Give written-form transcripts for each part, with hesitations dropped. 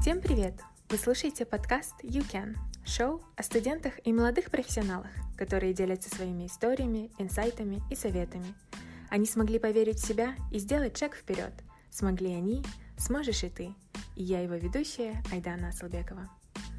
Всем привет! Вы слушаете подкаст You Can, шоу о студентах и молодых профессионалах, которые делятся своими историями, инсайтами и советами. Они смогли поверить в себя и сделать шаг вперед. Смогли они, сможешь и ты. И я его ведущая Айдана Асылбекова.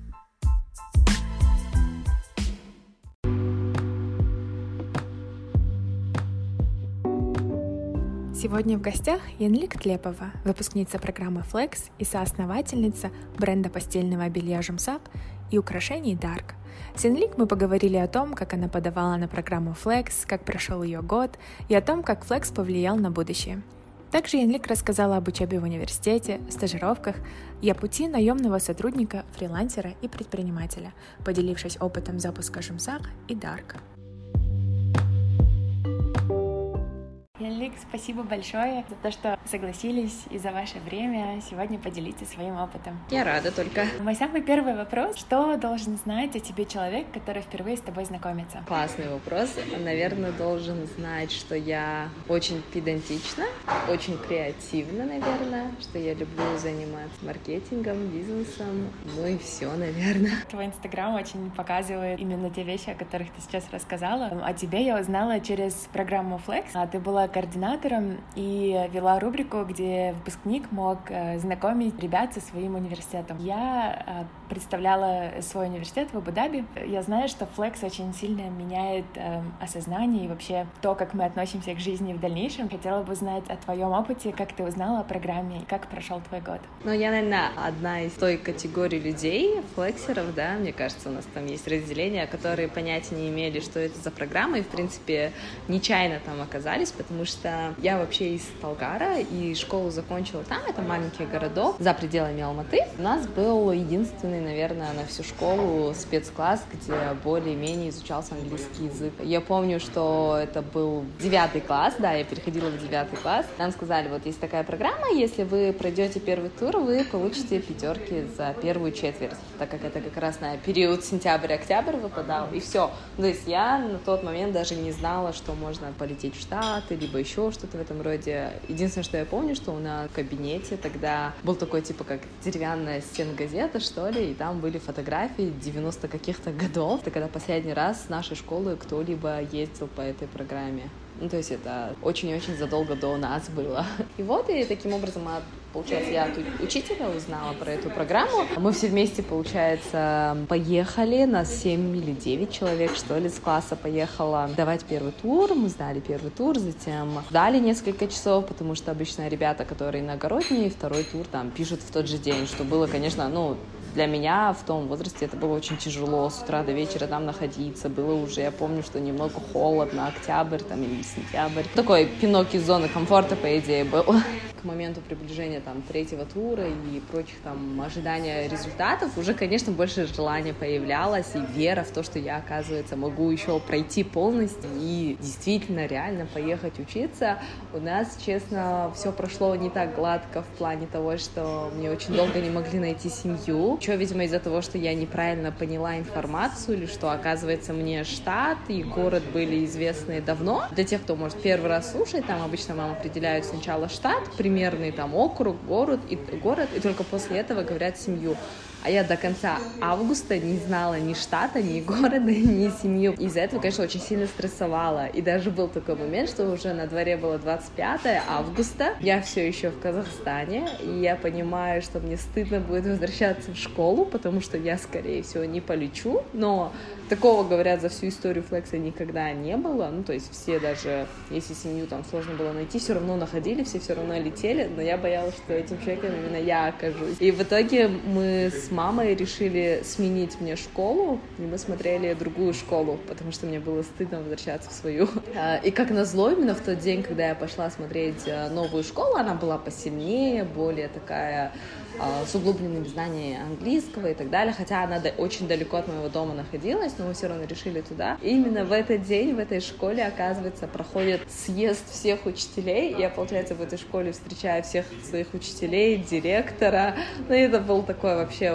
Сегодня в гостях Янлик Тлепова, выпускница программы Flex и соосновательница бренда постельного белья Жұмсақ и украшений Dark. С Янлик мы поговорили о том, как она подавала на программу Flex, как прошел ее год, и о том, как Flex повлиял на будущее. Также Янлик рассказала об учебе в университете, стажировках и о пути наемного сотрудника, фрилансера и предпринимателя, поделившись опытом запуска Жұмсақ и Dark. Янлик, спасибо большое за то, что согласились и за ваше время сегодня поделиться своим опытом. Я рада только. Мой самый первый вопрос: что должен знать о тебе человек, который впервые с тобой знакомится? Классный вопрос. Наверное, должен знать, что я очень педантична, очень креативна, наверное, что я люблю заниматься маркетингом, бизнесом, ну и все, наверное. Твой инстаграм очень показывает именно те вещи, о которых ты сейчас рассказала. О тебе я узнала через программу Flex. Ты была координатором и вела рубрику, где выпускник мог знакомить ребят со своим университетом. Я представляла свой университет в Абу-Даби. Я знаю, что Flex очень сильно меняет осознание и вообще то, как мы относимся к жизни в дальнейшем. Хотела бы узнать о твоем опыте, как ты узнала о программе и как прошел твой год. Ну, я, наверное, одна из той категории людей, флексеров, да, мне кажется, у нас там есть разделение, которые понятия не имели, что это за программа, и, в принципе, нечаянно там оказались, потому что я вообще из Талгара, и школу закончила там, это маленький городок, за пределами Алматы. У нас был единственный, наверное, на всю школу спецкласс, где более-менее изучался английский язык. Я помню, что это был 9 класс, да, я переходила в 9 класс. Нам сказали, вот есть такая программа, если вы пройдете первый тур, вы получите 5 за первую четверть, так как это как раз на период сентябрь-октябрь выпадал, и все. То есть я на тот момент даже не знала, что можно полететь в Штаты, либо еще что-то в этом роде. Единственное, что я помню, что у нас в кабинете тогда был такой, типа, как деревянная стенгазета, что ли, и там были фотографии 90 каких-то годов. Это когда последний раз с нашей школы кто-либо ездил по этой программе. Ну, то есть это очень-очень задолго до нас было. И вот, и таким образом, получается, я от учителя узнала про эту программу. Мы все вместе, получается, поехали, нас 7 или 9 человек, что ли, с класса поехало давать первый тур. Мы сдали первый тур, затем ждали несколько часов, потому что обычно ребята, которые иногородние, второй тур там пишут в тот же день, что было, конечно, для меня в том возрасте это было очень тяжело, с утра до вечера там находиться, было уже, я помню, что немного холодно, октябрь там или сентябрь. Такой пинок из зоны комфорта, по идее, был. К моменту приближения там 3-го тура и прочих там ожидания результатов уже, конечно, больше желания появлялось и вера в то, что я, оказывается, могу еще пройти полностью и действительно реально поехать учиться. У нас, честно, все прошло не так гладко в плане того, что мне очень долго не могли найти семью. Еще, видимо, из-за того, что я неправильно поняла информацию, или что, оказывается, мне штат и город были известны давно. Для тех, кто, может, первый раз слушает, там обычно вам определяют сначала штат, примерный там округ, город, и только после этого говорят семью. А я до конца августа не знала ни штата, ни города, ни семью. Из-за этого, конечно, очень сильно стрессовала. И даже был такой момент, что уже на дворе было 25 августа. Я все еще в Казахстане, и я понимаю, что мне стыдно будет возвращаться в школу, потому что я, скорее всего, не полечу. Но такого, говорят, за всю историю Флекса никогда не было. Ну, то есть все даже, если семью там сложно было найти, все равно находили, все равно летели. Но я боялась, что этим человеком именно я окажусь. И в итоге мы с мамой решили сменить мне школу, и мы смотрели другую школу, потому что мне было стыдно возвращаться в свою. И как назло, именно в тот день, когда я пошла смотреть новую школу, она была посильнее, более такая с углубленными знаниями английского и так далее, хотя она очень далеко от моего дома находилась, но мы все равно решили туда. И именно в этот день в этой школе, оказывается, проходит съезд всех учителей. Я, получается, в этой школе встречаю всех своих учителей, директора. Ну, и это был такой вообще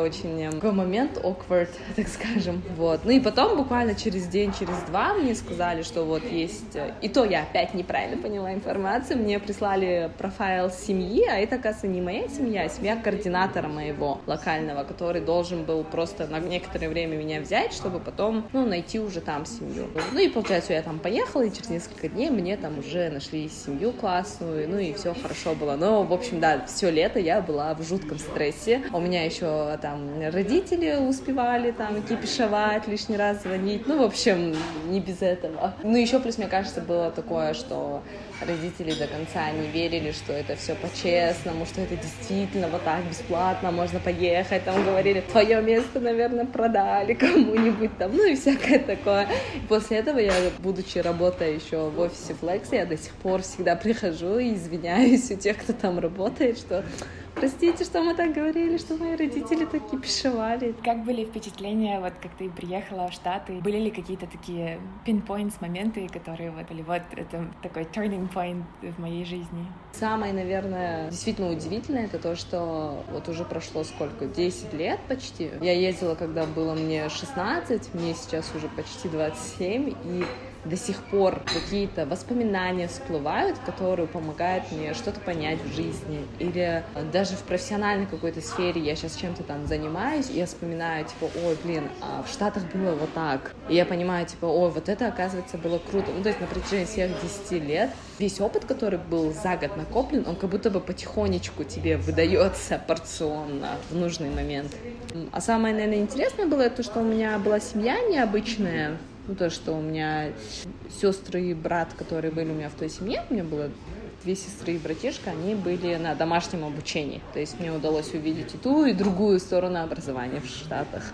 очень такой момент awkward, так скажем, вот. Ну и потом буквально через день, через два мне сказали, что вот есть, и то я опять неправильно поняла информацию, мне прислали профайл семьи, а это, оказывается, не моя семья, а семья координатора моего локального, который должен был просто на некоторое время меня взять, чтобы потом, ну, найти уже там семью. Ну и получается, я там поехала, и через несколько дней мне там уже нашли семью классную, ну и все хорошо было. Но, в общем, да, все лето я была в жутком стрессе. У меня еще там родители успевали там кипишевать, лишний раз звонить. Ну, в общем, не без этого. Ну, еще плюс, мне кажется, было такое, что родители до конца не верили, что это все по-честному, что это действительно вот так бесплатно можно поехать. Там говорили, твое место, наверное, продали кому-нибудь там, ну и всякое такое. После этого я, будучи работая еще в офисе Flex, я до сих пор всегда прихожу и извиняюсь у тех, кто там работает, что простите, что мы так говорили, что мои родители так кипишевали. Как были впечатления, вот как ты приехала в Штаты? Были ли какие-то такие pinpoints, моменты, которые вот были вот это такой turning point в моей жизни? Самое, наверное, действительно удивительное, это то, что вот уже прошло сколько, 10 лет почти. Я ездила, когда было мне 16, мне сейчас уже почти 27, и до сих пор какие-то воспоминания всплывают, которые помогают мне что-то понять в жизни. Или даже в профессиональной какой-то сфере я сейчас чем-то там занимаюсь, и я вспоминаю, типа, ой, блин, а в Штатах было вот так. И я понимаю, типа, ой, вот это, оказывается, было круто. Ну, то есть на протяжении всех 10 лет весь опыт, который был за год накоплен, он как будто бы потихонечку тебе выдается порционно в нужный момент. А самое, наверное, интересное было то, что у меня была семья необычная. Ну, то, что у меня сестры и брат, которые были у меня в той семье, у меня было 2 сестры и братишка, они были на домашнем обучении. То есть мне удалось увидеть и ту, и другую сторону образования в Штатах.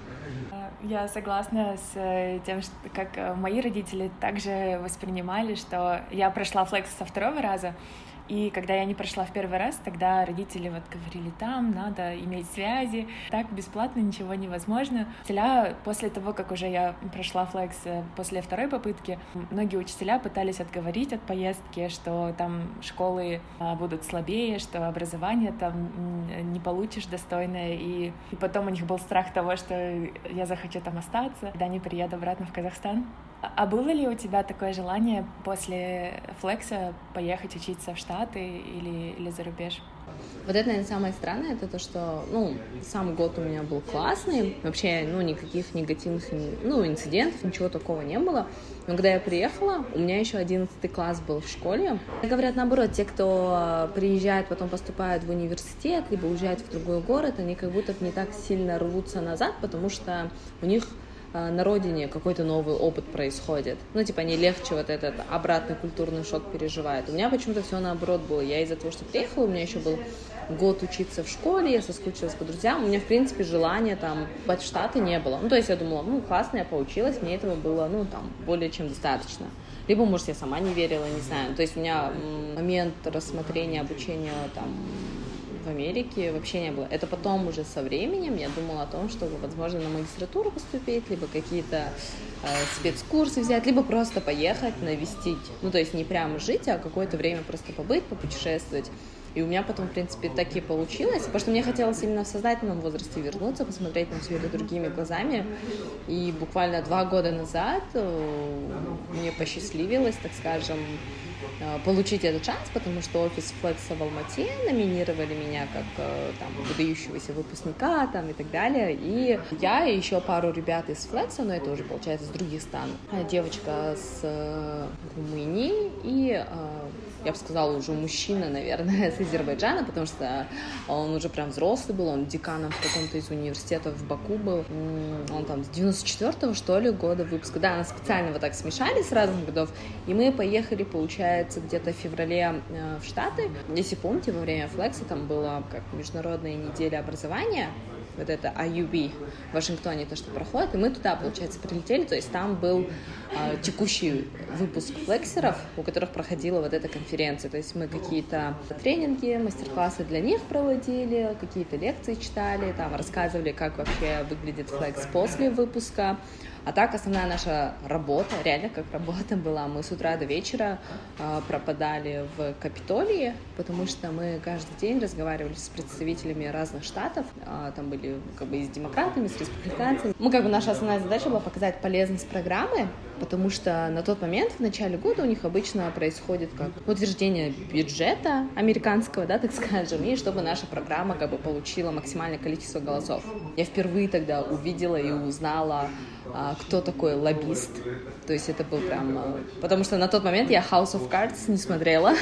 Я согласна с тем, что как мои родители также воспринимали, что я прошла Flex со 2-го раза, и когда я не прошла в 1-й раз, тогда родители вот говорили, там надо иметь связи, так бесплатно ничего невозможно. Учителя, после того, как уже я прошла Flex после 2-й попытки, многие учителя пытались отговорить от поездки, что там школы будут слабее, что образование там не получишь достойное, и потом у них был страх того, что я захочу там остаться, когда не приеду обратно в Казахстан. А было ли у тебя такое желание после Флекса поехать учиться в Штаты или за рубеж? Вот это, наверное, самое странное, это то, что, ну, сам год у меня был классный, вообще, ну, никаких негативных, ну, инцидентов, ничего такого не было, но когда я приехала, у меня еще 11 класс был в школе. Говорят, наоборот, те, кто приезжает, потом поступают в университет, либо уезжают в другой город, они как будто не так сильно рвутся назад, потому что у них на родине какой-то новый опыт происходит. Ну, типа, они легче вот этот обратный культурный шок переживают. У меня почему-то все наоборот было. Я из-за того, что приехала, у меня еще был год учиться в школе, я соскучилась по друзьям. У меня, в принципе, желания там в Штаты не было. Ну, то есть я думала, ну, классно, я поучилась, мне этого было, ну, там, более чем достаточно. Либо, может, я сама не верила, не знаю. То есть у меня момент рассмотрения обучения там в Америке вообще не было. Это потом уже со временем я думала о том, чтобы, возможно, на магистратуру поступить, либо какие-то спецкурсы взять, либо просто поехать, навестить. Ну, то есть не прямо жить, а какое-то время просто побыть, попутешествовать. И у меня потом, в принципе, так и получилось, потому что мне хотелось именно в сознательном возрасте вернуться, посмотреть на все это другими глазами. И буквально 2 года назад мне посчастливилось, так скажем, получить этот шанс, потому что офис Flex в Алмате номинировали меня как там выдающегося выпускника там и так далее. И я и еще пару ребят из Flex, но это уже получается с других стран. Девочка с Румынии и я бы сказала, уже мужчина, наверное, с Азербайджана, потому что он уже прям взрослый был, он деканом в каком-то из университетов в Баку был. Он там с 94-го, что ли, года выпуска. Да, нас специально вот так смешали с разных годов, и мы поехали, получается, где-то в феврале в Штаты. Если помните, во время Флекса там была как международная неделя образования, вот это IUB в Вашингтоне, то, что проходит, и мы туда, получается, прилетели, то есть там был текущий выпуск флексеров, у которых проходила вот эта конференция, то есть мы какие-то тренинги, мастер-классы для них проводили, какие-то лекции читали, там рассказывали, как вообще выглядит флекс после выпуска, А так основная наша работа, реально как работа была, мы с утра до вечера пропадали в Капитолии, потому что мы каждый день разговаривали с представителями разных штатов, там были как бы и с демократами, с республиканцами. Наша основная задача была показать полезность программы, потому что на тот момент, в начале года, у них обычно происходит как утверждение бюджета американского, да, так скажем, и чтобы наша программа как бы получила максимальное количество голосов. Я впервые тогда увидела и узнала, кто такой лоббист. То есть это был прям... Потому что на тот момент я House of Cards не смотрела.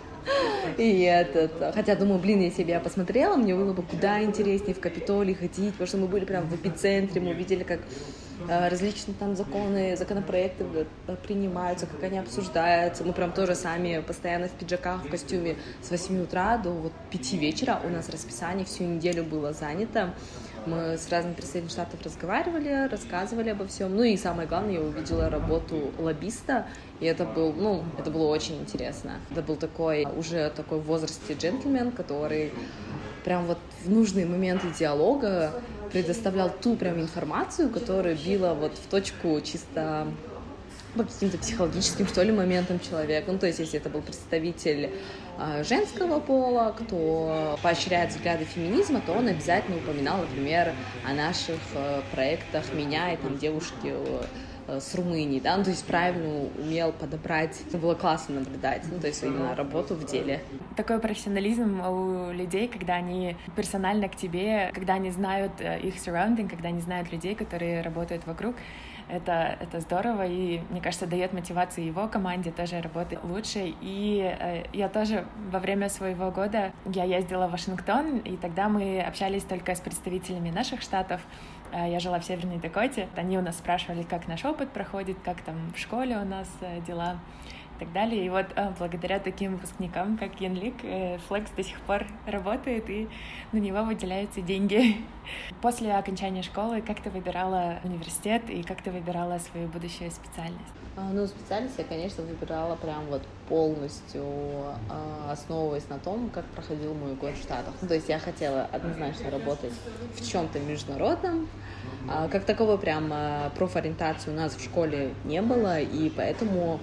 Хотя думаю, если бы я посмотрела, мне было бы куда интереснее в Капитолий ходить, потому что мы были прям в эпицентре, мы видели, как различные там законопроекты принимаются, как они обсуждаются. Мы прям тоже сами постоянно в пиджаках, в костюме с 8 утра до 5 вечера. У нас расписание всю неделю было занято. Мы с разными представителями штатов разговаривали, рассказывали обо всем. И самое главное, я увидела работу лоббиста, и это было очень интересно. Это был уже такой в возрасте джентльмен, который прям в нужные моменты диалога предоставлял ту прям информацию, которая била в точку чисто по каким-то психологическим, что ли, моментам человека. То есть, если это был представитель женского пола, кто поощряет взгляды феминизма, то он обязательно упоминал, например, о наших проектах «Меня» и там девушки с Румынии, да, то есть правильно умел подобрать, это было классно наблюдать, то есть именно работу в деле. Такой профессионализм у людей, когда они персонально к тебе, когда они знают их surrounding, когда они знают людей, которые работают вокруг, это здорово, и, мне кажется, дает мотивацию его команде тоже работать лучше. И я тоже во время своего года я ездила в Вашингтон, и тогда мы общались только с представителями наших штатов. Я жила в Северной Дакоте. Они у нас спрашивали, как наш опыт проходит, как там в школе у нас дела и так далее. И благодаря таким выпускникам, как Янлик, Flex до сих пор работает, и на него выделяются деньги. После окончания школы как ты выбирала университет и как ты выбирала свою будущую специальность? Специальность я, конечно, выбирала прям полностью, основываясь на том, как проходил мой год в Штатах. То есть я хотела однозначно работать в чем-то международном. Как таковой прям профориентации у нас в школе не было, и поэтому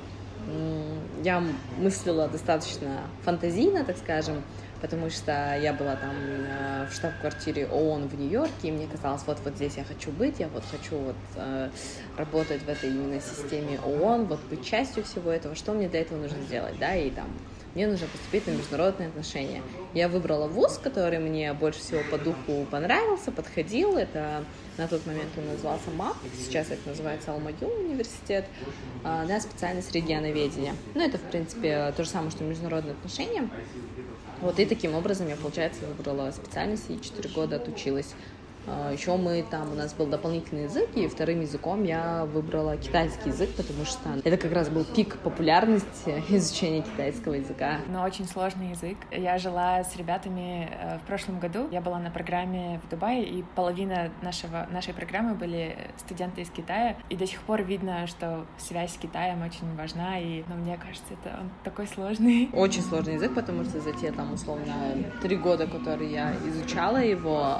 я мыслила достаточно фантазийно, так скажем, потому что я была там в штаб-квартире ООН в Нью-Йорке, и мне казалось, вот здесь я хочу быть, я хочу работать в этой именно системе ООН, быть частью всего этого, что мне для этого нужно сделать, да, и там мне нужно поступить на международные отношения. Я выбрала вуз, который мне больше всего по духу понравился, подходил, это на тот момент он назывался МАП, сейчас это называется Алмаю университет, на специальность регионоведения. Это, в принципе, то же самое, что международные отношения. И таким образом я, получается, выбрала специальность и 4 года отучилась. Еще у нас был дополнительный язык, и вторым языком я выбрала китайский язык, потому что это как раз был пик популярности изучения китайского языка. Но очень сложный язык. Я жила с ребятами в прошлом году, я была на программе в Дубае, и половина нашей программы были студенты из Китая, и до сих пор видно, что связь с Китаем очень важна, но мне кажется, он такой сложный. Очень сложный язык, потому что за те, условно, 3 года, которые я изучала его,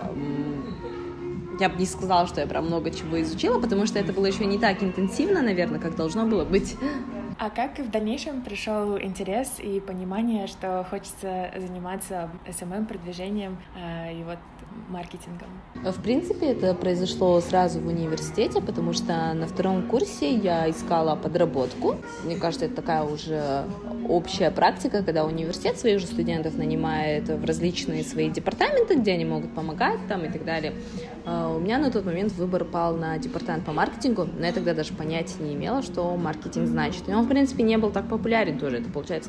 я бы не сказала, что я прям много чего изучила, потому что это было еще не так интенсивно, наверное, как должно было быть. А как в дальнейшем пришел интерес и понимание, что хочется заниматься SMM-продвижением и маркетингом? В принципе, это произошло сразу в университете, потому что на 2-м курсе я искала подработку. Мне кажется, это такая уже общая практика, когда университет своих же студентов нанимает в различные свои департаменты, где они могут помогать там и так далее. У меня на тот момент выбор пал на департамент по маркетингу, но я тогда даже понятия не имела, что маркетинг значит. И он, в принципе, не был так популярен тоже. Это, получается,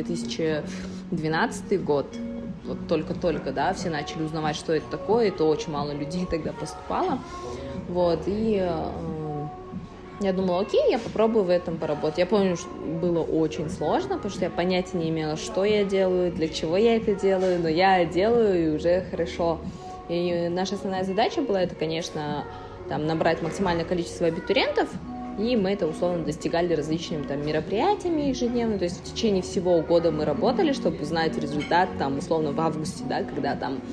2012 год. Только-только, да, все начали узнавать, что это такое, и то очень мало людей тогда поступало. И я думала, окей, я попробую в этом поработать. Я помню, что было очень сложно, потому что я понятия не имела, что я делаю, для чего я это делаю, но я делаю, и уже хорошо. И наша основная задача была, это, конечно, набрать максимальное количество абитуриентов, и мы это условно достигали различными мероприятиями ежедневно, то есть в течение всего года мы работали, чтобы узнать результат, условно в августе, да, когда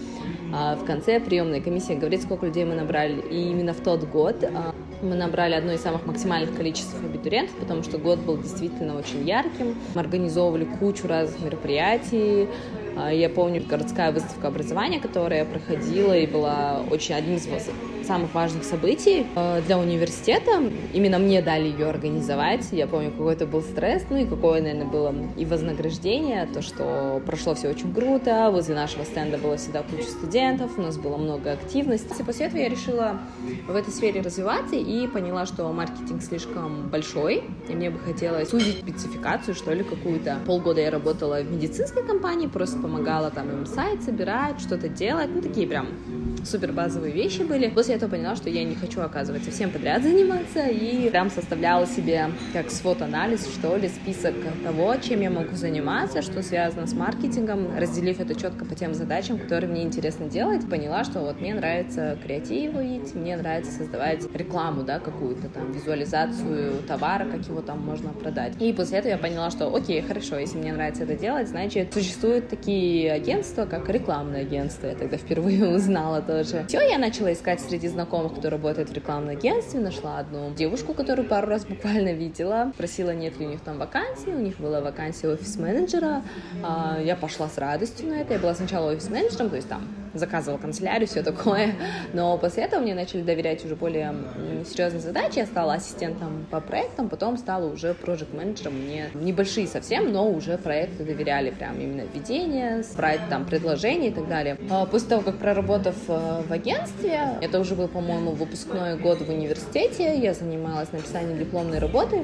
в конце приемная комиссия говорит, сколько людей мы набрали. И именно в тот год мы набрали одно из самых максимальных количеств абитуриентов, потому что год был действительно очень ярким. Мы организовывали кучу разных мероприятий. Я помню городская выставка образования, которая проходила и была очень одним из самых важных событий для университета. Именно мне дали ее организовать. Я помню, какой это был стресс, ну и какое, наверное, было и вознаграждение, то, что прошло все очень круто, возле нашего стенда было всегда куча студентов, у нас было много активности. И после этого я решила в этой сфере развиваться и поняла, что маркетинг слишком большой, и мне бы хотелось сузить спецификацию, что ли, какую-то. Полгода я работала в медицинской компании, просто помогала там им сайт собирать, что-то делать, ну такие прям супер базовые вещи были. После этого поняла, что я не хочу, оказывается, всем подряд заниматься, и прям составляла себе как свод-анализ, что ли, список того, чем я могу заниматься, что связано с маркетингом, разделив это четко по тем задачам, которые мне интересно делать. Поняла, что вот мне нравится креативить, мне нравится создавать рекламу, да, какую-то там, визуализацию товара, как его там можно продать. И после этого я поняла, что окей, хорошо, если мне нравится это делать, значит, существуют такие агентства, как рекламное агентство. Я тогда впервые узнала тоже. Все, я начала искать среди знакомых, кто работает в рекламном агентстве, нашла одну девушку, которую пару раз буквально видела, спросила, нет ли у них там вакансии, у них была вакансия офис-менеджера, я пошла с радостью на это, я была сначала офис-менеджером, то есть там заказывала канцелярию, все такое, но после этого мне начали доверять уже более серьезные задачи, я стала ассистентом по проектам, потом стала уже проект-менеджером, мне небольшие совсем, но уже проекты доверяли, прям именно ведение, брать там предложения и так далее. После того, как проработав в агентстве, это уже был, по-моему, выпускной год в университете, я занималась написанием дипломной работы,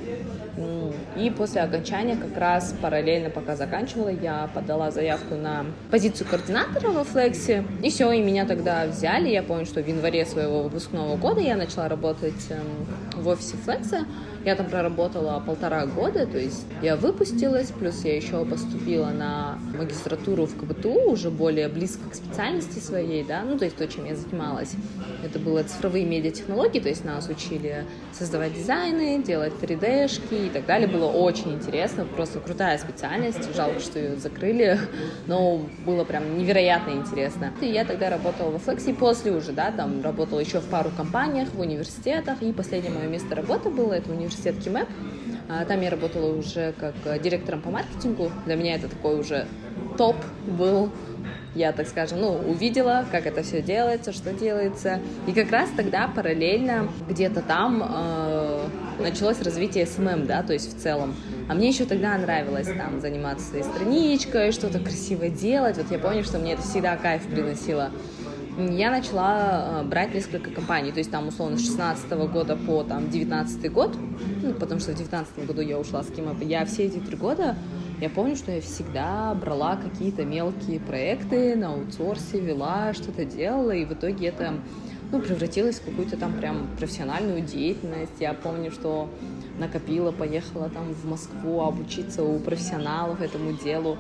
и после окончания как раз параллельно, пока заканчивала, я подала заявку на позицию координатора во Флексе, и все, и меня тогда взяли. Я помню, что в январе своего выпускного года я начала работать в офисе Флекса. Я там проработала 1,5 года, то есть я выпустилась, плюс я еще поступила на магистратуру в КБТУ, уже более близко к специальности своей, да, ну, то есть то, чем я занималась. Это было цифровые медиатехнологии, то есть нас учили создавать дизайны, делать 3D-шки и так далее. Было очень интересно, просто крутая специальность, жалко, что ее закрыли, но было прям невероятно интересно. И я тогда работала во Флексе, и после уже, да, там работала еще в пару компаниях, в университетах, и последнее мое место работы было, это университет КИМЭП. Там я работала уже как директором по маркетингу. Для меня это такой уже топ был. Я, так скажем, увидела, как это все делается, что делается. И как раз тогда параллельно где-то там началось развитие СММ, да, то есть в целом. А мне еще тогда нравилось там заниматься своей страничкой, что-то красиво делать. Вот я помню, что мне это всегда кайф приносило. Я начала брать несколько компаний, то есть там условно с 16 года по там 19 год, потому что в 19 году я ушла с КИМЭПа. Я все эти 3 года, я помню, что я всегда брала какие-то мелкие проекты на аутсорсе, вела, что-то делала, и в итоге это превратилось в какую-то там прям профессиональную деятельность. Я помню, что накопила, поехала там в Москву обучиться у профессионалов этому делу,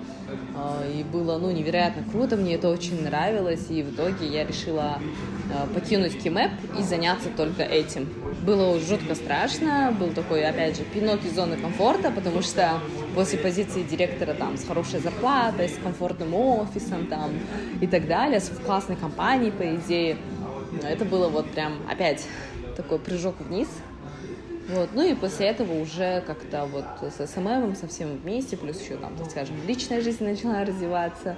и было, невероятно круто, мне это очень нравилось, и в итоге я решила покинуть КИМЭП и заняться только этим. Было жутко страшно, был такой, опять же, пинок из зоны комфорта, потому что после позиции директора там с хорошей зарплатой, с комфортным офисом там и так далее, с классной компанией, по идее, это было вот прям опять такой прыжок вниз. Вот. Ну и после этого уже как-то вот с СММом совсем вместе, плюс еще там, так скажем, личная жизнь начала развиваться.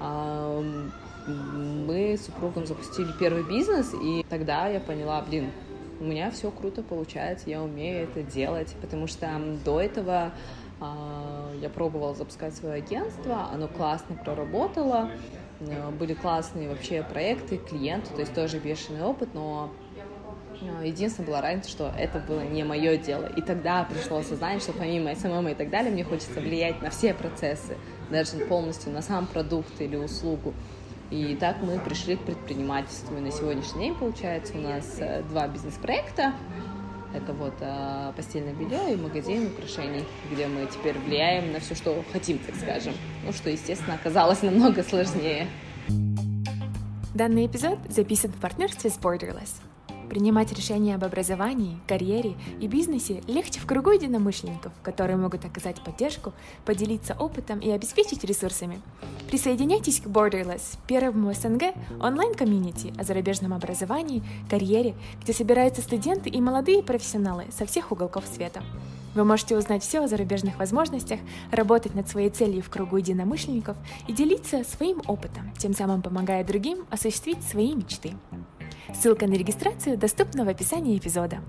Мы с супругом запустили первый бизнес, и тогда я поняла, у меня все круто получается, я умею это делать, потому что до этого я пробовала запускать свое агентство, оно классно проработало, были классные вообще проекты, клиенты, то есть тоже бешеный опыт, но единственное была разница, что это было не мое дело. И тогда пришло осознание, что помимо СММ и так далее, мне хочется влиять на все процессы, даже полностью на сам продукт или услугу. И так мы пришли к предпринимательству. И на сегодняшний день, получается, у нас 2 бизнес-проекта. Это вот постельное белье и магазин украшений, где мы теперь влияем на все, что хотим, так скажем. Что, естественно, оказалось намного сложнее. Данный эпизод записан в партнерстве с Borderless. Принимать решения об образовании, карьере и бизнесе легче в кругу единомышленников, которые могут оказать поддержку, поделиться опытом и обеспечить ресурсами. Присоединяйтесь к Borderless, первому СНГ онлайн-комьюнити о зарубежном образовании, карьере, где собираются студенты и молодые профессионалы со всех уголков света. Вы можете узнать все о зарубежных возможностях, работать над своей целью в кругу единомышленников и делиться своим опытом, тем самым помогая другим осуществить свои мечты. Ссылка на регистрацию доступна в описании эпизода.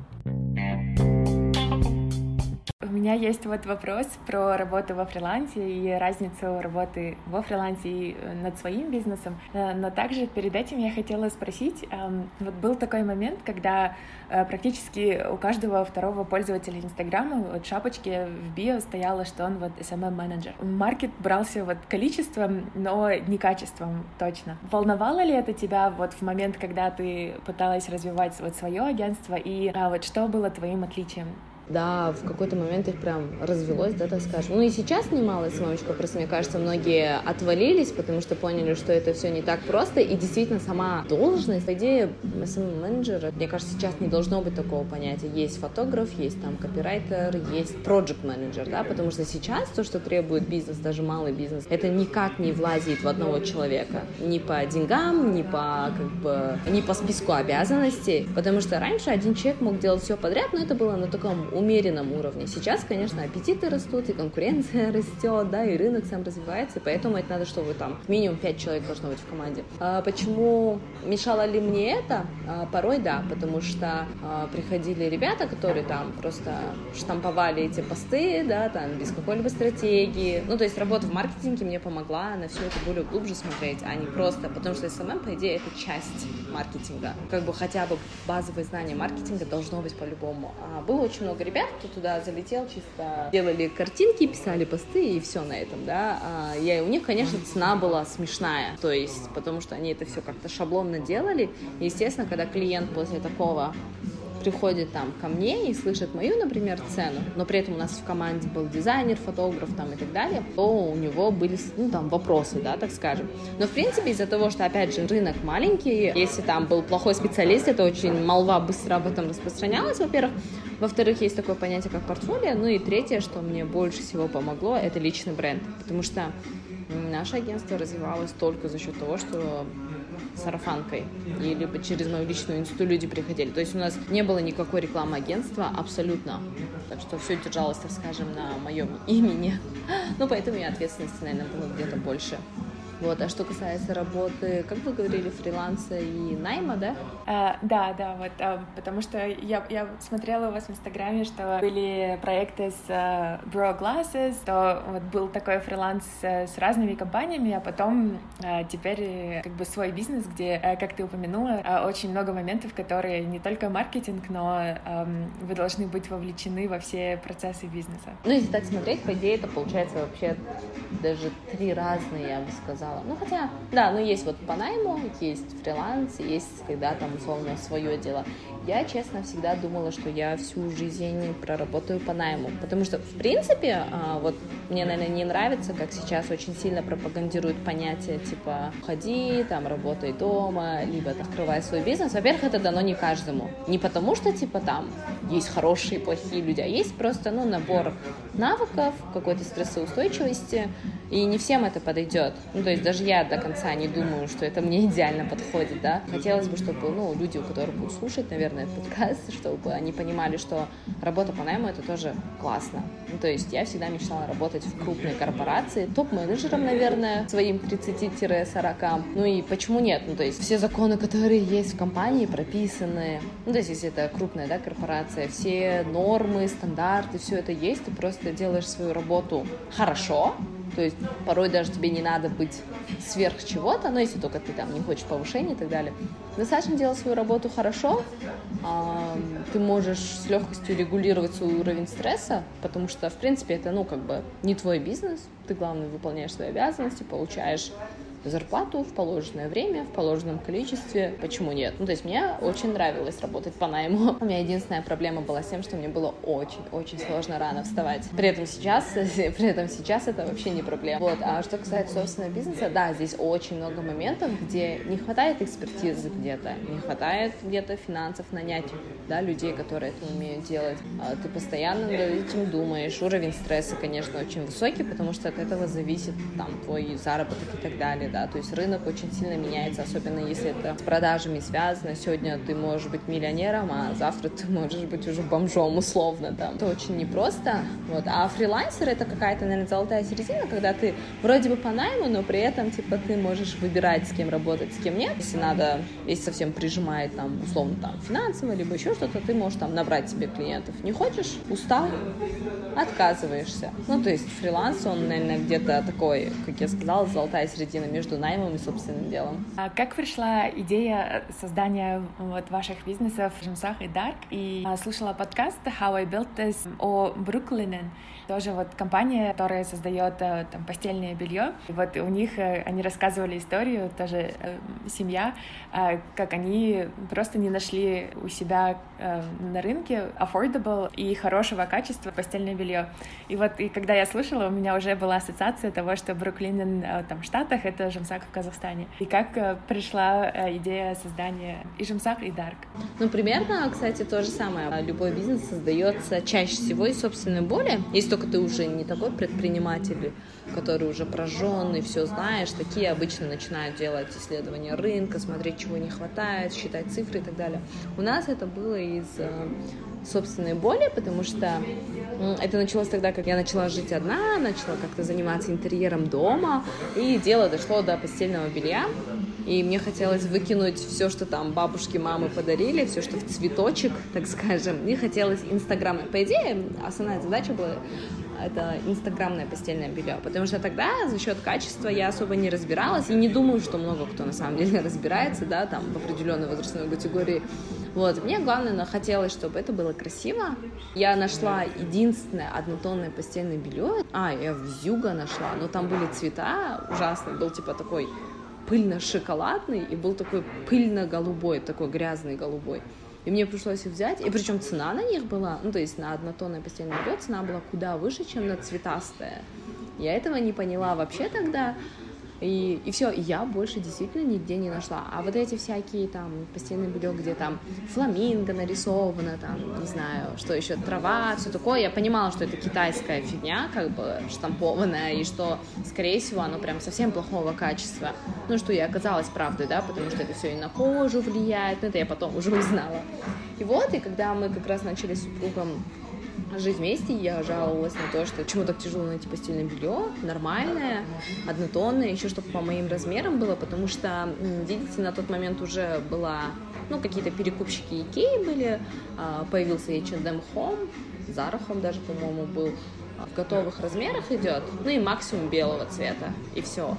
У меня есть вот вопрос про работу во фрилансе и разницу работы во фрилансе и над своим бизнесом. Но также перед этим я хотела спросить, вот был такой момент, когда практически у каждого второго пользователя Инстаграма вот в шапочке в био стояло, что он вот SMM-менеджер. Маркет брался вот количеством, но не качеством точно. Волновало ли это тебя вот в момент, когда ты пыталась развивать вот свое агентство, и вот что было твоим отличием? Да, в какой-то момент их прям развелось, да, так скажем. Ну и сейчас немало СММщиков, просто, мне кажется, многие отвалились, потому что поняли, что это все не так просто, и действительно сама должность, по идее, СММ-менеджера, мне кажется, сейчас не должно быть такого понятия. Есть фотограф, есть там копирайтер, есть проект-менеджер, да, потому что сейчас то, что требует бизнес, даже малый бизнес, это никак не влазит в одного человека. Ни по деньгам, ни по, ни по списку обязанностей, потому что раньше один человек мог делать все подряд, но это было на таком умеренном уровне. Сейчас, конечно, аппетиты растут, и конкуренция растет, да, и рынок сам развивается, и поэтому это надо, чтобы там минимум 5 человек должно быть в команде. Почему мешало ли мне это? Порой да, потому что приходили ребята, которые там просто штамповали эти посты, да, там без какой-либо стратегии. Ну, то есть работа в маркетинге мне помогла на все это более глубже смотреть, а не просто, потому что SMM, по идее, это часть маркетинга. Как бы хотя бы базовое знание маркетинга должно быть по-любому. Было очень много ребят, кто туда залетел, чисто делали картинки, писали посты, и все на этом, да. У них, конечно, цена была смешная, то есть, потому что они это все как-то шаблонно делали, и, естественно, когда клиент после такого приходит там ко мне и слышит мою, например, цену, но при этом у нас в команде был дизайнер, фотограф там и так далее, то у него были, ну, там, вопросы, да, так скажем. Но, в принципе, из-за того, что, опять же, рынок маленький, если там был плохой специалист, это очень молва быстро об этом распространялась, во-первых. Во-вторых, есть такое понятие, как портфолио. Ну и третье, что мне больше всего помогло, это личный бренд, потому что наше агентство развивалось только за счет того, что сарафанкой, и либо через мою личную инсту люди приходили. То есть у нас не было никакой рекламы агентства абсолютно. Так что все держалось, так скажем, на моем имени. Ну, поэтому и ответственности, наверное, было где-то больше. Вот, а что касается работы, как вы говорили, фриланса и найма, да? Да, вот, потому что я смотрела у вас в Инстаграме, что были проекты с Bro Glasses, то вот был такой фриланс с разными компаниями, а потом теперь как бы свой бизнес, где, как ты упомянула, очень много моментов, которые не только маркетинг, но вы должны быть вовлечены во все процессы бизнеса. Ну, если так смотреть, по идее, это получается вообще даже 3 разные, я бы сказала. Ну, хотя, да, ну, есть вот по найму, есть фриланс, есть когда там, условно, свое дело. Я, честно, всегда думала, что я всю жизнь проработаю по найму, потому что, в принципе, вот мне, наверное, не нравится, как сейчас очень сильно пропагандируют понятие, типа, ходи, там, работай дома, либо открывай свой бизнес. Во-первых, это дано не каждому. Не потому что, типа, там есть хорошие и плохие люди, а есть просто, ну, набор навыков, какой-то стрессоустойчивости, и не всем это подойдет. Ну, то есть даже я до конца не думаю, что это мне идеально подходит, да. Хотелось бы, чтобы, ну, люди, у которых будут слушать, наверное, подкаст, чтобы они понимали, что работа по найму — это тоже классно. Ну, то есть я всегда мечтала работать в крупной корпорации, топ-менеджером, наверное, своим 30-40. Ну и почему нет? Ну, то есть все законы, которые есть в компании, прописаны. Ну, то есть если это крупная, да, корпорация, все нормы, стандарты, все это есть, ты просто делаешь свою работу хорошо. То есть порой даже тебе не надо быть сверх чего-то, но если только ты там не хочешь повышения и так далее. Достаточно делать свою работу хорошо, ты можешь с легкостью регулировать свой уровень стресса, потому что, в принципе, это, ну, как бы не твой бизнес, ты, главное, выполняешь свои обязанности, получаешь зарплату в положенное время, в положенном количестве. Почему нет? Ну, то есть мне очень нравилось работать по найму. У меня единственная проблема была с тем, что мне было очень-очень сложно рано вставать. При этом сейчас это вообще не проблема. Вот. А что касается собственного бизнеса, да, здесь очень много моментов, где не хватает экспертизы, где где-то, не хватает где-то финансов нанять, да, людей, которые это умеют делать. Ты постоянно над этим думаешь. Уровень стресса, конечно, очень высокий, потому что от этого зависит там твой заработок и так далее, да. То есть рынок очень сильно меняется, особенно если это с продажами связано. Сегодня ты можешь быть миллионером, а завтра ты можешь быть уже бомжом условно, да. Это очень непросто. Вот. А фрилансер — это какая-то, наверное, золотая середина, когда ты вроде бы по найму, но при этом типа ты можешь выбирать, с кем работать, с кем нет. Если совсем прижимает там условно там финансово либо еще что-то, ты можешь там набрать себе клиентов. Не хочешь, устал, отказываешься. Ну, то есть фриланс, он, наверное, где-то такой, как я сказала, золотая середина между наймом и собственным делом. А как пришла идея создания вот ваших бизнесов Жумсах и Dark? И слушала подкаст How I Built This о Brooklinen. Тоже вот компания, которая создает там постельное белье. И вот у них они рассказывали историю, тоже семья, как они просто не нашли у себя на рынке affordable и хорошего качества постельное белье. И вот и когда я слушала, у меня уже была ассоциация того, что Бруклинен там в Штатах — это Жумсах в Казахстане. И как пришла идея создания и Жумсах, и Dark? Ну, примерно, кстати, то же самое. Любой бизнес создается чаще всего из собственной боли. Если только ты уже не такой предприниматель, который уже прожженный, все знаешь, такие обычно начинают делать исследования рынка, смотреть, чего не хватает, считать цифры и так далее. У нас это было из собственной боли, потому что это началось тогда, как я начала жить одна, начала как-то заниматься интерьером дома, и дело дошло до постельного белья. И мне хотелось выкинуть все, что там бабушки, мамы подарили, все, что в цветочек, так скажем. Мне хотелось инстаграмное. По идее, основная задача была это инстаграмное постельное белье, потому что тогда за счет качества я особо не разбиралась, и не думаю, что много кто на самом деле разбирается, да, там в определенной возрастной категории. Вот, мне главное хотелось, чтобы это было красиво. Я нашла единственное однотонное постельное белье. Я Вьюга нашла, но там были цвета ужасные, был типа такой пыльно-шоколадный и был такой пыльно-голубой, такой грязный голубой. И мне пришлось их взять, и причем цена на них была, ну, то есть на однотонное постельное белье цена была куда выше, чем на цветастое. Я этого не поняла вообще тогда, и все, и я больше действительно нигде не нашла. А вот эти всякие там постельные белье, где там фламинго нарисовано, там, не знаю, что еще, трава, все такое, я понимала, что это китайская фигня, как бы штампованная, и что, скорее всего, оно прям совсем плохого качества. Ну, что и оказалось правдой, да, потому что это все и на кожу влияет, но это я потом уже узнала. И вот, и когда мы как раз начали с супругом жить вместе, я жаловалась на то, что почему так тяжело найти постельное белье, нормальное, однотонное, еще чтобы по моим размерам было, потому что, видите, на тот момент уже была, ну, какие-то перекупщики Икеи были, появился H&M Home, Zara Home даже, по-моему, был, в готовых размерах идет, ну и максимум белого цвета, и все.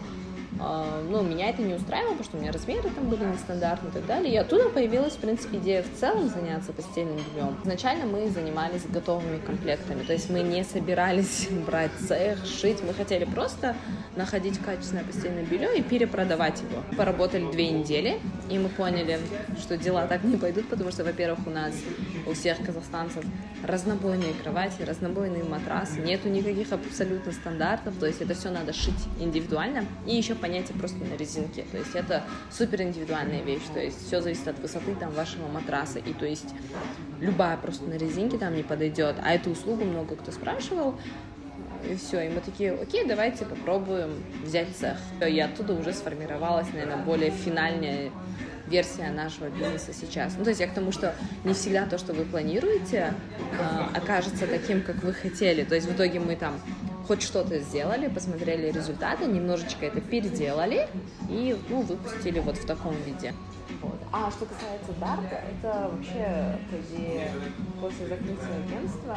Ну, меня это не устраивало, потому что у меня размеры там были нестандартные и так далее. И оттуда появилась, в принципе, идея в целом заняться постельным бельем. Изначально мы занимались готовыми комплектами, то есть мы не собирались брать цех, шить, мы хотели просто находить качественное постельное белье и перепродавать его. Поработали 2 недели, и мы поняли, что дела так не пойдут, потому что, во-первых, у всех казахстанцев разнобойные кровати, разнобойные матрасы, нету никаких абсолютно стандартов, то есть это все надо шить индивидуально, и еще понятие просто на резинке, то есть это супер индивидуальная вещь, то есть все зависит от высоты там вашего матраса, и то есть любая просто на резинке там не подойдет, а эту услугу много кто спрашивал, и все, и мы такие, окей, давайте попробуем взять цех. И оттуда уже сформировалась, наверное, более финальная версия нашего бизнеса сейчас. Ну, то есть я к тому, что не всегда то, что вы планируете, окажется таким, как вы хотели. То есть в итоге мы там хоть что-то сделали, посмотрели результаты, немножечко это переделали и, ну, выпустили вот в таком виде. Вот. А что касается Дарка, это вообще, по идее, после закрытия агентства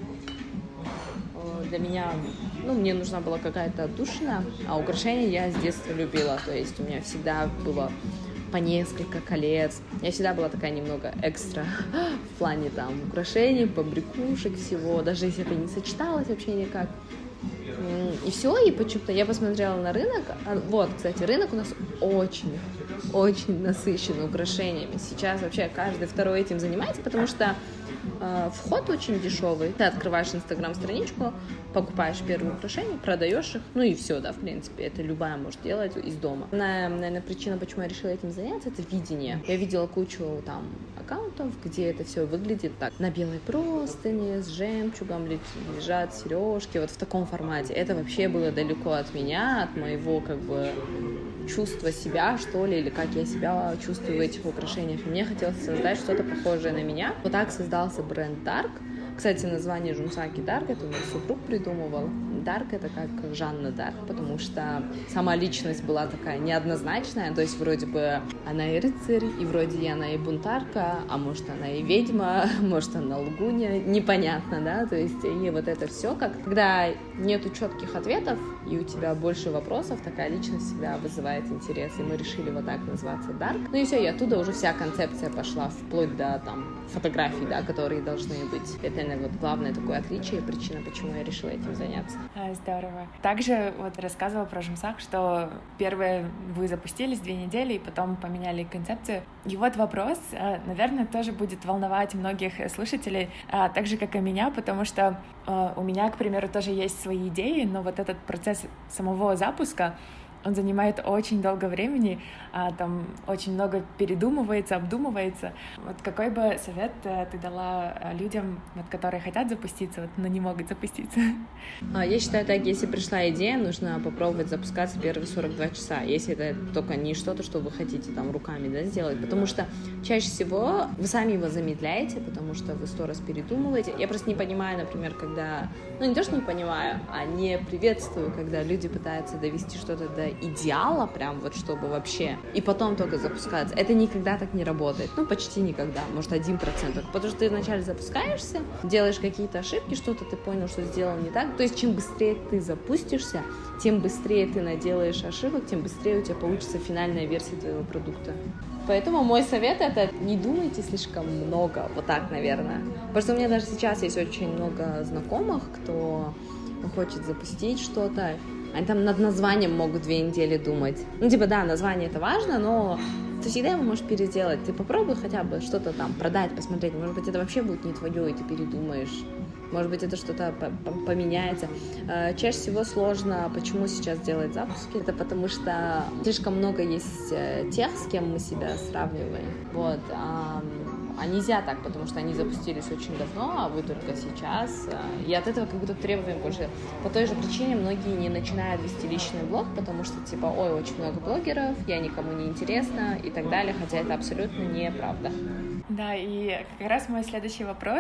для меня, ну, мне нужна была какая-то отдушина, а украшения я с детства любила, то есть у меня всегда было по несколько колец. Я всегда была такая немного экстра в плане там украшений, побрякушек, всего, даже если это не сочеталось вообще никак. И все, и почему-то я посмотрела на рынок. Вот, кстати, рынок у нас очень насыщен украшениями. Сейчас вообще каждый второй этим занимается, потому что Вход очень дешевый. Ты открываешь Инстаграм-страничку, покупаешь первые украшения, продаешь их, ну и все, да, в принципе, это любая может делать из дома. Наверное, причина, почему я решила этим заняться, это видение. Я видела кучу там аккаунтов, где это все выглядит так. На белой простыне, с жемчугом лежат сережки, вот в таком формате. Это вообще было далеко от меня, от моего как бы чувства себя, что ли, или как я себя чувствую в этих украшениях. И мне хотелось создать что-то похожее на меня. Вот так создался бренд Dark. Кстати, название Жумсаки Dark это мой супруг придумывал. Dark это как Жанна Дарк, потому что сама личность была такая неоднозначная, то есть вроде бы она и рыцарь, и вроде она и бунтарка, а может она и ведьма, может она лгунья, непонятно, да, то есть и вот это все, когда нету четких ответов, и у тебя больше вопросов, такая личность себя вызывает интерес, и мы решили вот так назваться Dark. Ну и все, и оттуда уже вся концепция пошла, вплоть до там фотографий, да, которые должны быть. Это, наверное, вот главное такое отличие, причина, почему я решила этим заняться. Здорово. Также вот рассказывала про Жумсак, что первые вы запустились 2 недели и потом поменяли концепцию. И вот вопрос, наверное, тоже будет волновать многих слушателей, так же, как и меня, потому что у меня, к примеру, тоже есть свои идеи, но вот этот процесс самого запуска, он занимает очень долго времени, там очень много передумывается, обдумывается. Вот какой бы совет ты дала людям, вот, которые хотят запуститься, вот, но не могут запуститься? Я считаю так, если пришла идея, нужно попробовать запускаться первые 42 часа, если это только не что-то, что вы хотите там руками, да, сделать, потому что чаще всего вы сами его замедляете, потому что вы 100 раз передумываете. Я просто не понимаю, например, когда, ну не то, что не понимаю, а не приветствую, когда люди пытаются довести что-то до идеала, прям вот чтобы вообще, и потом только запускаться. Это никогда так не работает, ну почти никогда, может 1% только, потому что ты вначале запускаешься, делаешь какие-то ошибки, что-то ты понял, что сделал не так, то есть чем быстрее ты запустишься, тем быстрее ты наделаешь ошибок, тем быстрее у тебя получится финальная версия твоего продукта. Поэтому мой совет — это не думайте слишком много, вот так, наверное. Потому что у меня даже сейчас есть очень много знакомых, кто хочет запустить что-то, они там над названием могут 2 недели думать. Ну, типа, да, название это важно, но ты всегда его можешь переделать. Ты попробуй хотя бы что-то там продать, посмотреть. Может быть, это вообще будет не твое, и ты передумаешь. Может быть, это что-то поменяется. Чаще всего сложно, почему сейчас делать запуски. Это потому что слишком много есть тех, с кем мы себя сравниваем. Вот. А нельзя так, потому что они запустились очень давно, а вы только сейчас. И от этого как будто требуем больше. По той же причине многие не начинают вести личный блог, потому что типа, ой, очень много блогеров, я никому не интересна и так далее, хотя это абсолютно неправда. Да, и как раз мой следующий вопрос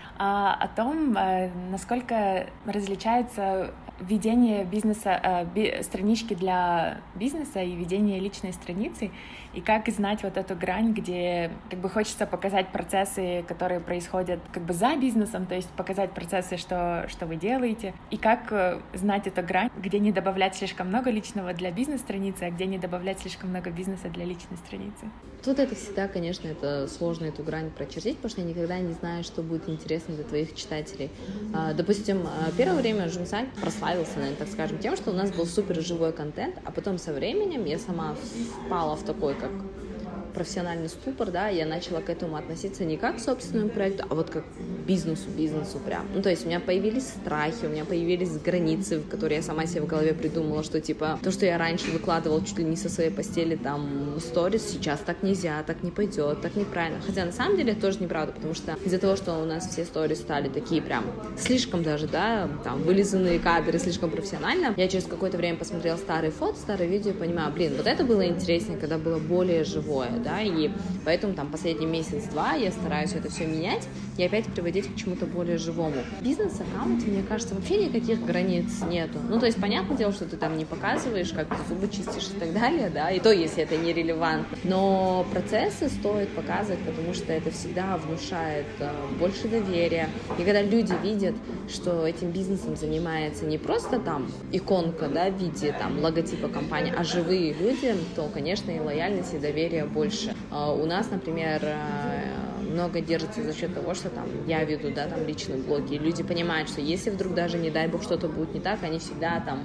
о том, насколько различается ведение бизнеса, странички для бизнеса и ведение личной страницы, и как знать вот эту грань, где как бы хочется показать процессы, которые происходят как бы за бизнесом, то есть показать процессы, что вы делаете, и как знать эту грань, где не добавлять слишком много личного для бизнес-страницы, а где не добавлять слишком много бизнеса для личной страницы. Тут это всегда, конечно, это сложно эту грань прочертить, потому что я никогда не знаю, что будет интересно для твоих читателей. Допустим, первое время Жумсак прославился, наверное, так скажем, тем, что у нас был супер живой контент, а потом со временем я сама впала в такой, как профессиональный ступор, да, я начала к этому относиться не как к собственному проекту, а вот как к бизнесу прям. Ну, то есть у меня появились страхи, у меня появились границы, которые я сама себе в голове придумала, что, типа, то, что я раньше выкладывала чуть ли не со своей постели, там, сторис, сейчас так нельзя, так не пойдет, так неправильно. Хотя, на самом деле, это тоже неправда, потому что из-за того, что у нас все сторис стали такие прям слишком даже, да, там, вылизанные кадры, слишком профессионально, я через какое-то время посмотрела старые фото, старые видео и понимаю, блин, вот это было интереснее, когда было более живое, да, и поэтому там последний месяц-два я стараюсь это все менять и опять приводить к чему-то более живому. В бизнес-аккаунте, мне кажется, вообще никаких границ нету. Ну, то есть, понятное дело, что ты там не показываешь, как ты зубы чистишь и так далее, да, и то, если это нерелевантно. Но процессы стоит показывать, потому что это всегда внушает больше доверия. И когда люди видят, что этим бизнесом занимается не просто там иконка, да, в виде там логотипа компании, а живые люди, то, конечно, и лояльность, и доверие больше. У нас, например, много держится за счет того, что там я веду, да, там личные блоги, и люди понимают, что если вдруг даже, не дай бог, что-то будет не так, они всегда там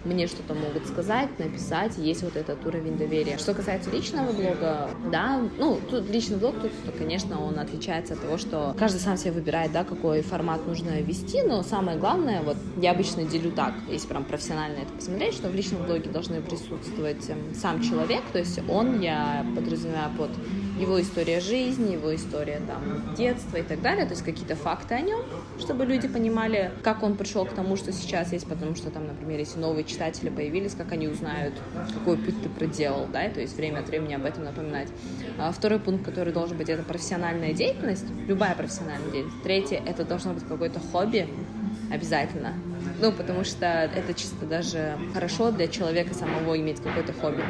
мне что-то могут сказать, написать, есть вот этот уровень доверия. Что касается личного блога, да, тут личный блог, тут, конечно, он отличается от того, что каждый сам себе выбирает, да, какой формат нужно вести, но самое главное, вот я обычно делю так, если прям профессионально это посмотреть, что в личном блоге должны присутствовать сам человек, то есть я подразумеваю под его история жизни, его история там детства и так далее, то есть какие-то факты о нем, чтобы люди понимали, как он пришел к тому, что сейчас есть, потому что там, например, если новые читатели появились, как они узнают, какой путь ты проделал, да, то есть время от времени об этом напоминать. Второй пункт, который должен быть, это профессиональная деятельность, любая профессиональная деятельность. Третье, это должно быть какое-то хобби, обязательно. Потому что это чисто даже хорошо для человека самого иметь какое-то хобби.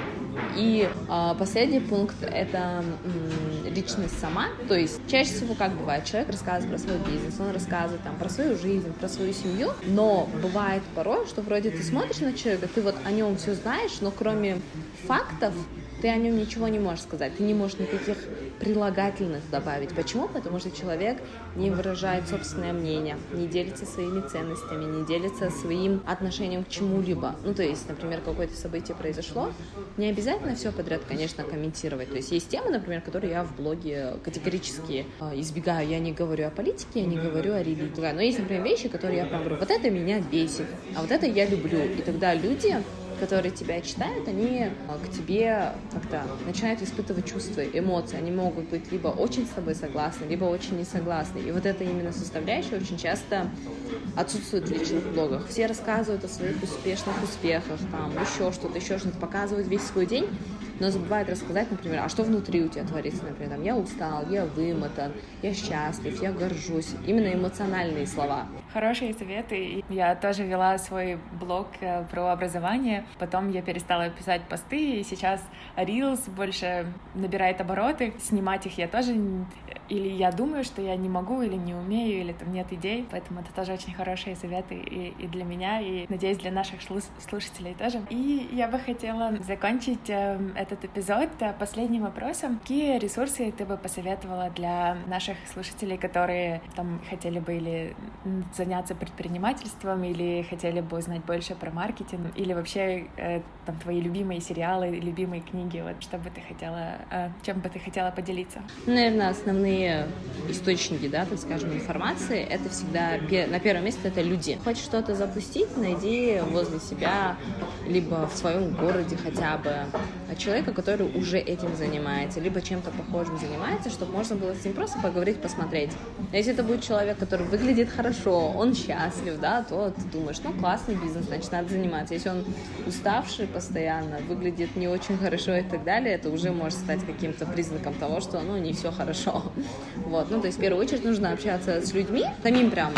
И последний пункт — это личность сама. То есть чаще всего, как бывает, человек рассказывает про свой бизнес, он рассказывает там про свою жизнь, про свою семью, но бывает порой, что вроде ты смотришь на человека, ты вот о нем все знаешь, но кроме фактов ты о нем ничего не можешь сказать, ты не можешь никаких прилагательных добавить. Почему? Потому что человек не выражает собственное мнение, не делится своими ценностями, не делится своим отношением к чему-либо. То есть, например, какое-то событие произошло, не обязательно все подряд, конечно, комментировать. То есть есть темы, например, которые я в блоге категорически избегаю. Я не говорю о политике, я не говорю о религии. Но есть, например, вещи, которые я прям говорю, вот это меня бесит, а вот это я люблю. И тогда люди, которые тебя читают, они к тебе как-то начинают испытывать чувства, эмоции. Они могут быть либо очень с тобой согласны, либо очень не согласны. И вот эта именно составляющая очень часто отсутствует в личных блогах. Все рассказывают о своих успешных успехах, там, еще что-то, показывают весь свой день, но забывают рассказать, например, а что внутри у тебя творится, например, там, я устал, я вымотан, я счастлив, я горжусь. Именно эмоциональные слова. Хорошие советы. Я тоже вела свой блог про образование, потом я перестала писать посты, и сейчас Reels больше набирает обороты. Снимать их я тоже или я думаю, что я не могу, или не умею, или там нет идей, поэтому это тоже очень хорошие советы и для меня, и, надеюсь, для наших слушателей тоже. И я бы хотела закончить этот эпизод последним вопросом. Какие ресурсы ты бы посоветовала для наших слушателей, которые там хотели бы или заняться предпринимательством, или хотели бы узнать больше про маркетинг, или вообще там твои любимые сериалы, любимые книги, вот что бы ты хотела, чем бы ты хотела поделиться? Наверное, основные источники, да, так скажем, информации, это всегда на первом месте это люди. Хочешь что-то запустить, найди возле себя, либо в своем городе хотя бы человека, который уже этим занимается, либо чем-то похожим занимается, чтобы можно было с ним просто поговорить, посмотреть. Если это будет человек, который выглядит хорошо, он счастлив, да, то ты думаешь, классный бизнес, значит, надо заниматься. Если он уставший постоянно, выглядит не очень хорошо и так далее, это уже может стать каким-то признаком того, что, не все хорошо. Вот, то есть в первую очередь нужно общаться с людьми, самим прям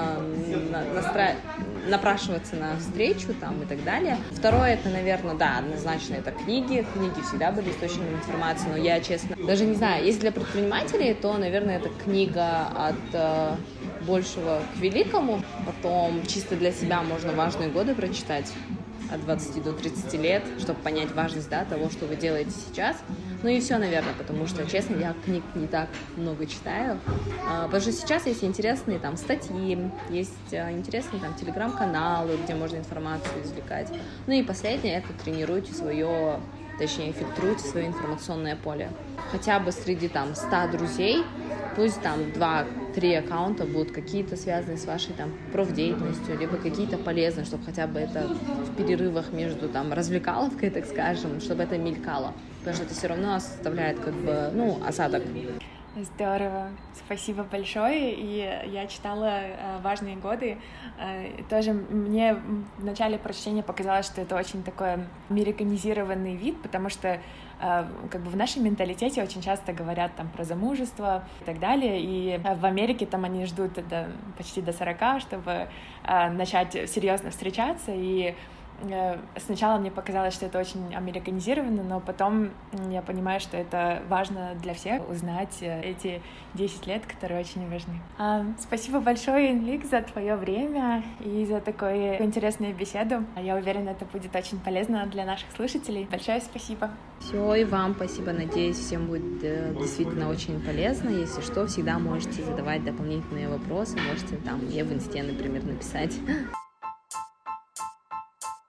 напрашиваться на встречу там и так далее. Второе, это, наверное, да, однозначно это книги. Книги всегда были источником информации, но я, честно, даже не знаю, если для предпринимателей, то, наверное, это книга от большего к великому. Потом чисто для себя можно важные годы прочитать от 20 до 30 лет, чтобы понять важность, да, того, что вы делаете сейчас. И все, наверное, потому что, честно, я книг не так много читаю, потому что сейчас есть интересные там статьи, есть интересные там телеграм-каналы, где можно информацию извлекать. И последнее, это тренируйте фильтруйте свое информационное поле. Хотя бы среди там 100 друзей, пусть там 2-3 аккаунта будут какие-то связаны с вашей там профдеятельностью, либо какие-то полезные, чтобы хотя бы это в перерывах между там развлекаловкой, так скажем, чтобы это мелькало. Потому что это все равно оставляет осадок. Здорово, спасибо большое. И я читала «Важные годы». Тоже мне в начале прочтения показалось, что это очень такой американизированный вид, потому что в нашем менталитете очень часто говорят там про замужество и так далее, и в Америке там они ждут почти до 40, чтобы начать серьезно встречаться, и сначала мне показалось, что это очень американизировано, но потом я понимаю, что это важно для всех узнать эти 10 лет, которые очень важны. Спасибо большое, Энлик, за твое время и за такую интересную беседу. Я уверена, это будет очень полезно для наших слушателей. Большое спасибо. Все, и вам спасибо. Надеюсь, всем будет действительно очень полезно. Если что, всегда можете задавать дополнительные вопросы. Можете там мне в инсте, например, написать.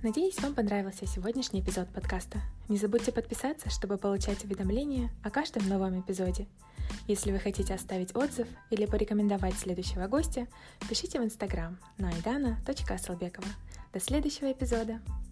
Надеюсь, вам понравился сегодняшний эпизод подкаста. Не забудьте подписаться, чтобы получать уведомления о каждом новом эпизоде. Если вы хотите оставить отзыв или порекомендовать следующего гостя, пишите в Instagram на aidana.asselbekova. До следующего эпизода!